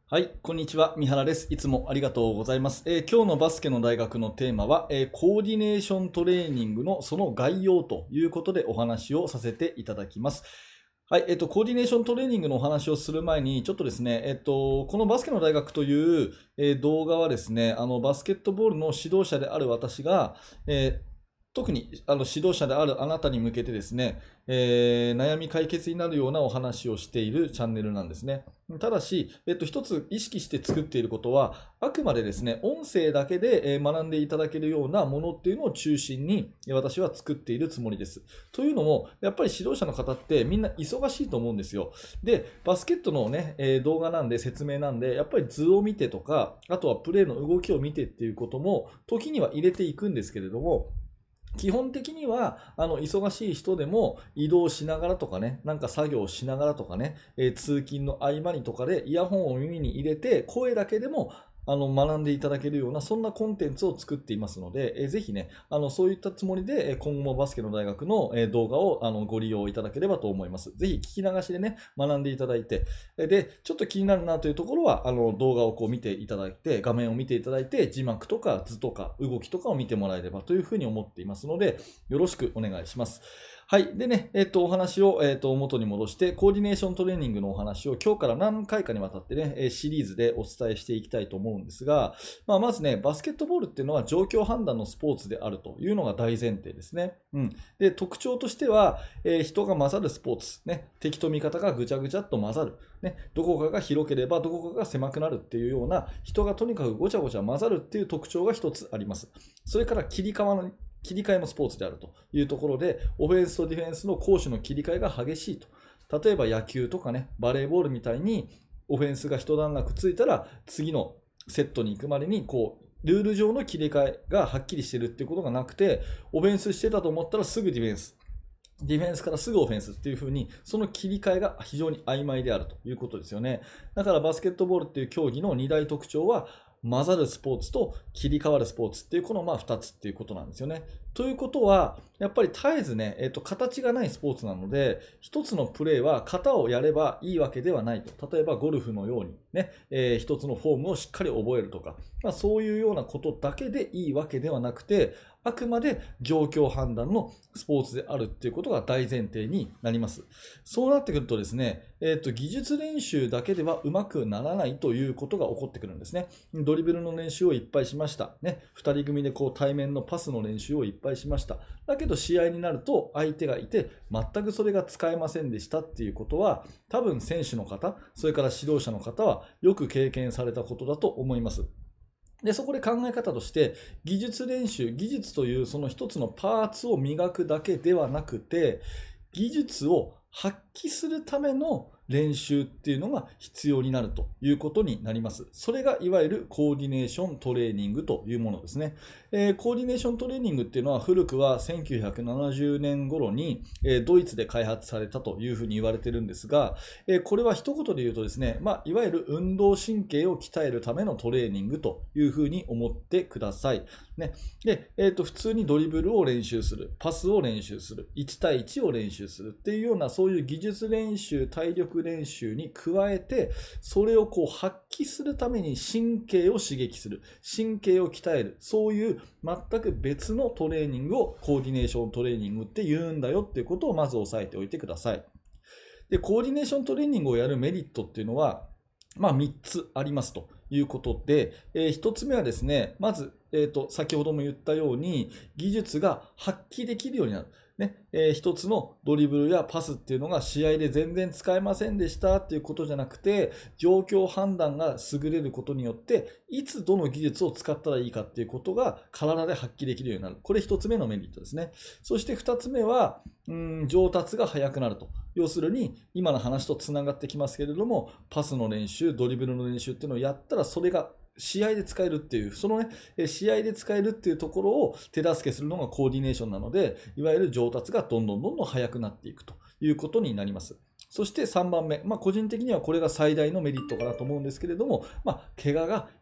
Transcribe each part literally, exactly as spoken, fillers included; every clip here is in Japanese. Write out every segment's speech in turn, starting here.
はい、こんにちは。三原です。いつもありがとうございます。えー今日のバスケの大学のテーマは、えーコーディネーショントレーニングのその概要ということでお話をさせていただきます。はい、えっと、コーディネーショントレーニングのお話をする前に、ちょっとですね、えっと、このバスケの大学という、えー動画はですね、あの、バスケットボールの指導者である私が、えー特にあの指導者であるあなたに向けてですね、えー悩み解決になるようなお話をしているチャンネルなんですね。ただし、えっと、一つ意識して作っていることは、あくまでですね、音声だけでえー学んでいただけるようなものっていうのを中心にえー私は作っているつもりです。というのも、やっぱり指導者の方ってみんな忙しいと思うんですよ。で、バスケットのね、えー動画なんで説明なんで、やっぱり図を見てとか、あとはプレーの動きを見てっていうことも、時には入れていくんですけれども、基本的にはあの忙しい人でも移動しながらとかね、なんか作業しながらとかね、えー通勤の合間にとかでイヤホンを耳に入れて声だけでもあの学んでいただけるようなそんなコンテンツを作っていますので、えーぜひね、あのそういったつもりでえー今後もバスケの大学のえー動画をあのご利用いただければと思います。ぜひ聞き流しでね、学んでいただいて、えーで、ちょっと気になるなというところは、あの動画をこう見ていただいて、画面を見ていただいて、字幕とか図とか動きとかを見てもらえればというふうに思っていますので、よろしくお願いします。はい。でね、えっと、お話を、えっと、元に戻して、コーディネーショントレーニングのお話を今日から何回かにわたってね、えーシリーズでお伝えしていきたいと思うんですが、まあ、まずね、バスケットボールっていうのは状況判断のスポーツであるというのが大前提ですね。うん。で、特徴としては、えー人が混ざるスポーツ。ね、敵と味方がぐちゃぐちゃっと混ざる。ね、どこかが広ければどこかが狭くなるっていうような、人がとにかくごちゃごちゃ混ざるっていう特徴が一つあります。それから切り替わの切り替えのスポーツであるというところで、オフェンスとディフェンスの攻守の切り替えが激しいと。例えば野球とかね、バレーボールみたいに、オフェンスが一段落ついたら、次のセットに行くまでに、こう、ルール上の切り替えがはっきりしてるっていうことがなくて、オフェンスしてたと思ったらすぐディフェンス。ディフェンスからすぐオフェンスっていう風に、その切り替えが非常に曖昧であるということですよね。だからバスケットボールっていう競技の二大特徴は、混ざるスポーツと切り替わるスポーツっていうこのまあふたつっていうことなんですよね。ということは、やっぱり絶えずね、えっと、形がないスポーツなので、一つのプレーは型をやればいいわけではないと。例えばゴルフのようにね、えー一つのフォームをしっかり覚えるとか、まあ、そういうようなことだけでいいわけではなくて、あくまで状況判断のスポーツであるっていうことが大前提になります。そうなってくるとですね、えっと、技術練習だけではうまくならないということが起こってくるんですね。ドリブルの練習をいっぱいしました。ね、ふたり組でこう対面のパスの練習をいっぱいしました。だけど試合になると相手がいて全くそれが使えませんでしたっていうことは、多分選手の方、それから指導者の方はよく経験されたことだと思います。で、そこで考え方として、技術練習、技術というその一つのパーツを磨くだけではなくて、技術を発揮するための練習っていうのが必要になるということになります。それがいわゆるコーディネーショントレーニングというものですね。えーコーディネーショントレーニングっていうのは古くはせんきゅうひゃくななじゅうねん頃に、えードイツで開発されたというふうに言われてるんですが、えーこれは一言で言うとですね、まあ、いわゆる運動神経を鍛えるためのトレーニングというふうに思ってください。ね、で、えーと、普通にドリブルを練習する、パスを練習する、いち対いちを練習するっていうようなそういう技術練習、体力練習に加えて、それをこう発揮するために神経を刺激する、神経を鍛える、そういう全く別のトレーニングをコーディネーショントレーニングって言うんだよっていうことをまず押さえておいてください。で、コーディネーショントレーニングをやるメリットっていうのは、まあ、みっつありますということで、えーひとつめはですね、まず、えーと、先ほども言ったように、技術が発揮できるようになる。ね、えー一つのドリブルやパスっていうのが試合で全然使えませんでしたっていうことじゃなくて、状況判断が優れることによって、いつどの技術を使ったらいいかっていうことが体で発揮できるようになる。これ一つ目のメリットですね。そして二つ目は、うん、上達が早くなると。要するに、今の話とつながってきますけれども、パスの練習、ドリブルの練習っていうのをやったら、それが試合で使えるっていう、そのね、試合で使えるっていうところを手助けするのがコーディネーションなので、いわゆる上達がどんどんどんどん速くなっていくということになります。そしてさんばんめ、まあ、個人的にはこれが最大のメリットかなと思うんですけれども、まあ、怪我が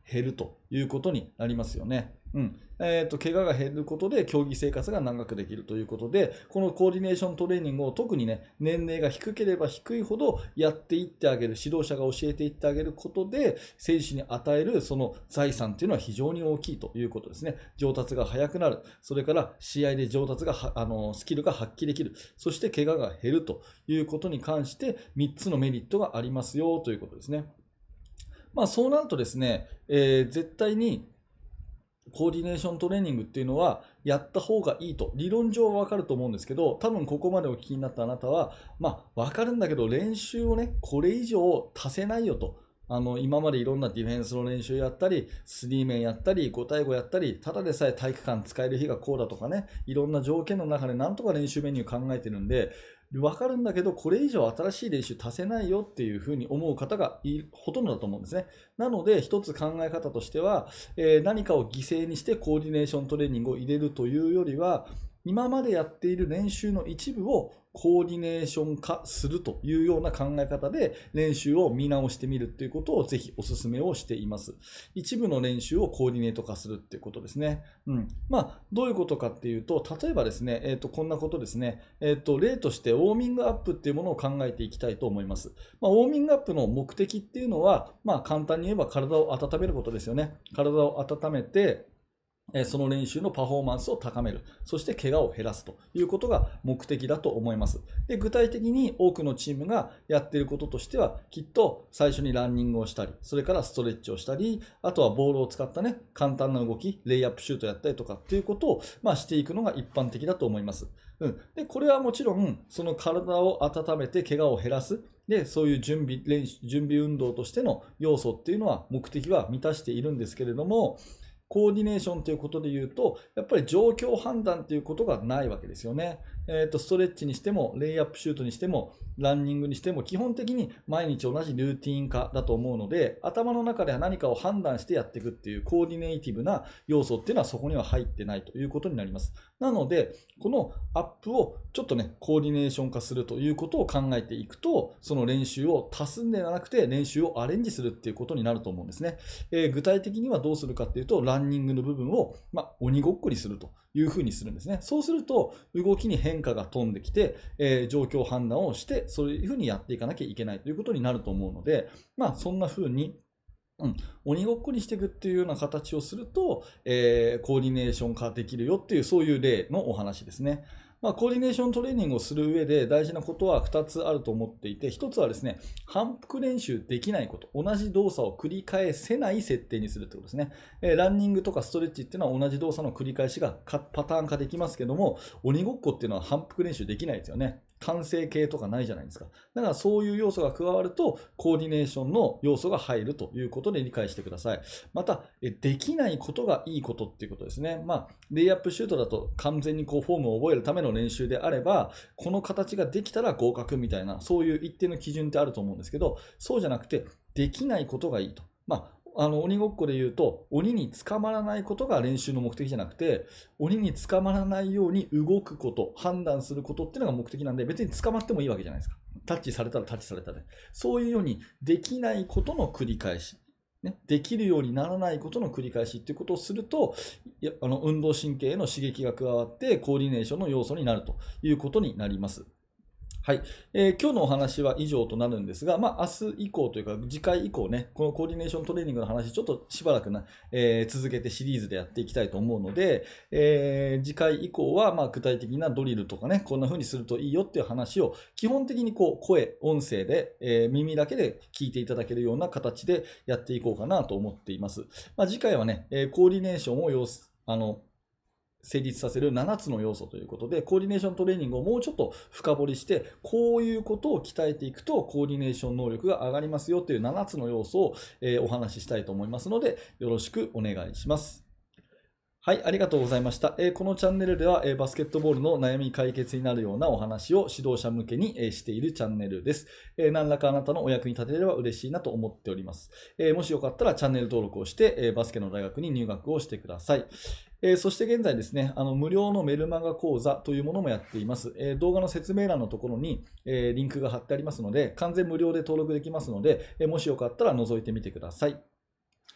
減るということになりますよね。うんえーと、怪我が減ることで競技生活が長くできるということで、このコーディネーショントレーニングを特にね、年齢が低ければ低いほどやっていってあげる、指導者が教えていってあげることで、選手に与えるその財産っていうのは非常に大きいということですね。上達が早くなる、それから試合で上達があのスキルが発揮できる、そして怪我が減るということに関してみっつのメリットがありますよということですね。まあそうなるとですね、えー絶対にコーディネーショントレーニングっていうのはやった方がいいと理論上はわかると思うんですけど、多分ここまでお聞きになったあなたは、まあわかるんだけど練習をね、これ以上足せないよと。あの今までいろんなディフェンスの練習やったり、スリーメンやったり、ご対ごやったり、ただでさえ体育館使える日がこうだとかね、いろんな条件の中でなんとか練習メニュー考えてるんで、わかるんだけど、これ以上新しい練習足せないよっていうふうに思う方がいほとんどだと思うんですね。なので、一つ考え方としては、えー何かを犠牲にしてコーディネーショントレーニングを入れるというよりは、今までやっている練習の一部をコーディネーション化するというような考え方で練習を見直してみるということをぜひお勧めをしています。一部の練習をコーディネート化するっていうことですね。うん。まあ、どういうことかっていうと、例えばですね、えっと、こんなことですね。えっと、例としてウォーミングアップっていうものを考えていきたいと思います。まあ、ウォーミングアップの目的っていうのは、まあ、簡単に言えば体を温めることですよね。体を温めて、えーその練習のパフォーマンスを高める。そして怪我を減らすということが目的だと思います。で、具体的に多くのチームがやっていることとしては、きっと最初にランニングをしたり、それからストレッチをしたり、あとはボールを使ったね、簡単な動き、レイアップシュートやったりとかっていうことを、まあ、していくのが一般的だと思います。うん。で、これはもちろん、その体を温めて怪我を減らす。で、そういう準備練習、準備運動としての要素っていうのは、目的は満たしているんですけれども、コーディネーションということで言うと、やっぱり状況判断ということがないわけですよね。えっと、ストレッチにしても、レイアップシュートにしても、ランニングにしても、基本的に毎日同じルーティン化だと思うので、頭の中では何かを判断してやっていくっていうコーディネイティブな要素っていうのはそこには入ってないということになります。なので、このアップをちょっとね、コーディネーション化するということを考えていくと、その練習を足すんではなくて、練習をアレンジするっていうことになると思うんですね。えー具体的にはどうするかっていうと、ランニングの部分を、まあ、鬼ごっこにするというふうにするんですね。そうすると、動きに変化が飛んできて、えー状況判断をして、そういうふうにやっていかなきゃいけないということになると思うので、まあ、そんなふうに、うん、鬼ごっこにしていくっていうような形をすると、えーコーディネーション化できるよっていう、そういう例のお話ですね。まあ、コーディネーショントレーニングをする上で大事なことはふたつあると思っていて、ひとつはですね、反復練習できないこと、同じ動作を繰り返せない設定にするってことですね。えーランニングとかストレッチっていうのは同じ動作の繰り返しがかパターン化できますけども、鬼ごっこっていうのは反復練習できないですよね。完成形とかないじゃないですか。だからそういう要素が加わると、コーディネーションの要素が入るということで理解してください。また、えできないことがいいことっていうことですね。まあ、レイアップシュートだと完全にこうフォームを覚えるための練習であれば、この形ができたら合格みたいな、そういう一定の基準ってあると思うんですけど、そうじゃなくて、できないことがいいと。まああの鬼ごっこで言うと、鬼に捕まらないことが練習の目的じゃなくて、鬼に捕まらないように動くこと、判断することっていうのが目的なんで、別に捕まってもいいわけじゃないですか。タッチされたらタッチされたで。そういうようにできないことの繰り返し。ね、できるようにならないことの繰り返しっていうことをすると、いやあの運動神経への刺激が加わって、コーディネーションの要素になるということになります。はい、えー今日のお話は以上となるんですが、まあ、明日以降というか、次回以降ね、このコーディネーショントレーニングの話、ちょっとしばらくな、えー続けてシリーズでやっていきたいと思うので、えー次回以降は、まあ、具体的なドリルとかね、こんな風にするといいよっていう話を、基本的にこう、声、音声で、えー耳だけで聞いていただけるような形でやっていこうかなと思っています。まあ、次回はね、えーコーディネーションを要す、あの、成立させるななつの要素ということで、コーディネーショントレーニングをもうちょっと深掘りして、こういうことを鍛えていくと、コーディネーション能力が上がりますよというななつの要素を、えーお話ししたいと思いますので、よろしくお願いします。はい、ありがとうございました。えーこのチャンネルでは、えーバスケットボールの悩み解決になるようなお話を指導者向けに、えーしているチャンネルです。えー何らかあなたのお役に立てれば嬉しいなと思っております。えーもしよかったらチャンネル登録をして、えーバスケの大学に入学をしてください。えーそして現在ですね、あの無料のメルマガ講座というものもやっています。えー動画の説明欄のところに、えーリンクが貼ってありますので、完全無料で登録できますので、えーもしよかったら覗いてみてください。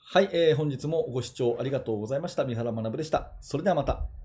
はい、えー本日もご視聴ありがとうございました。三原学でした。それではまた。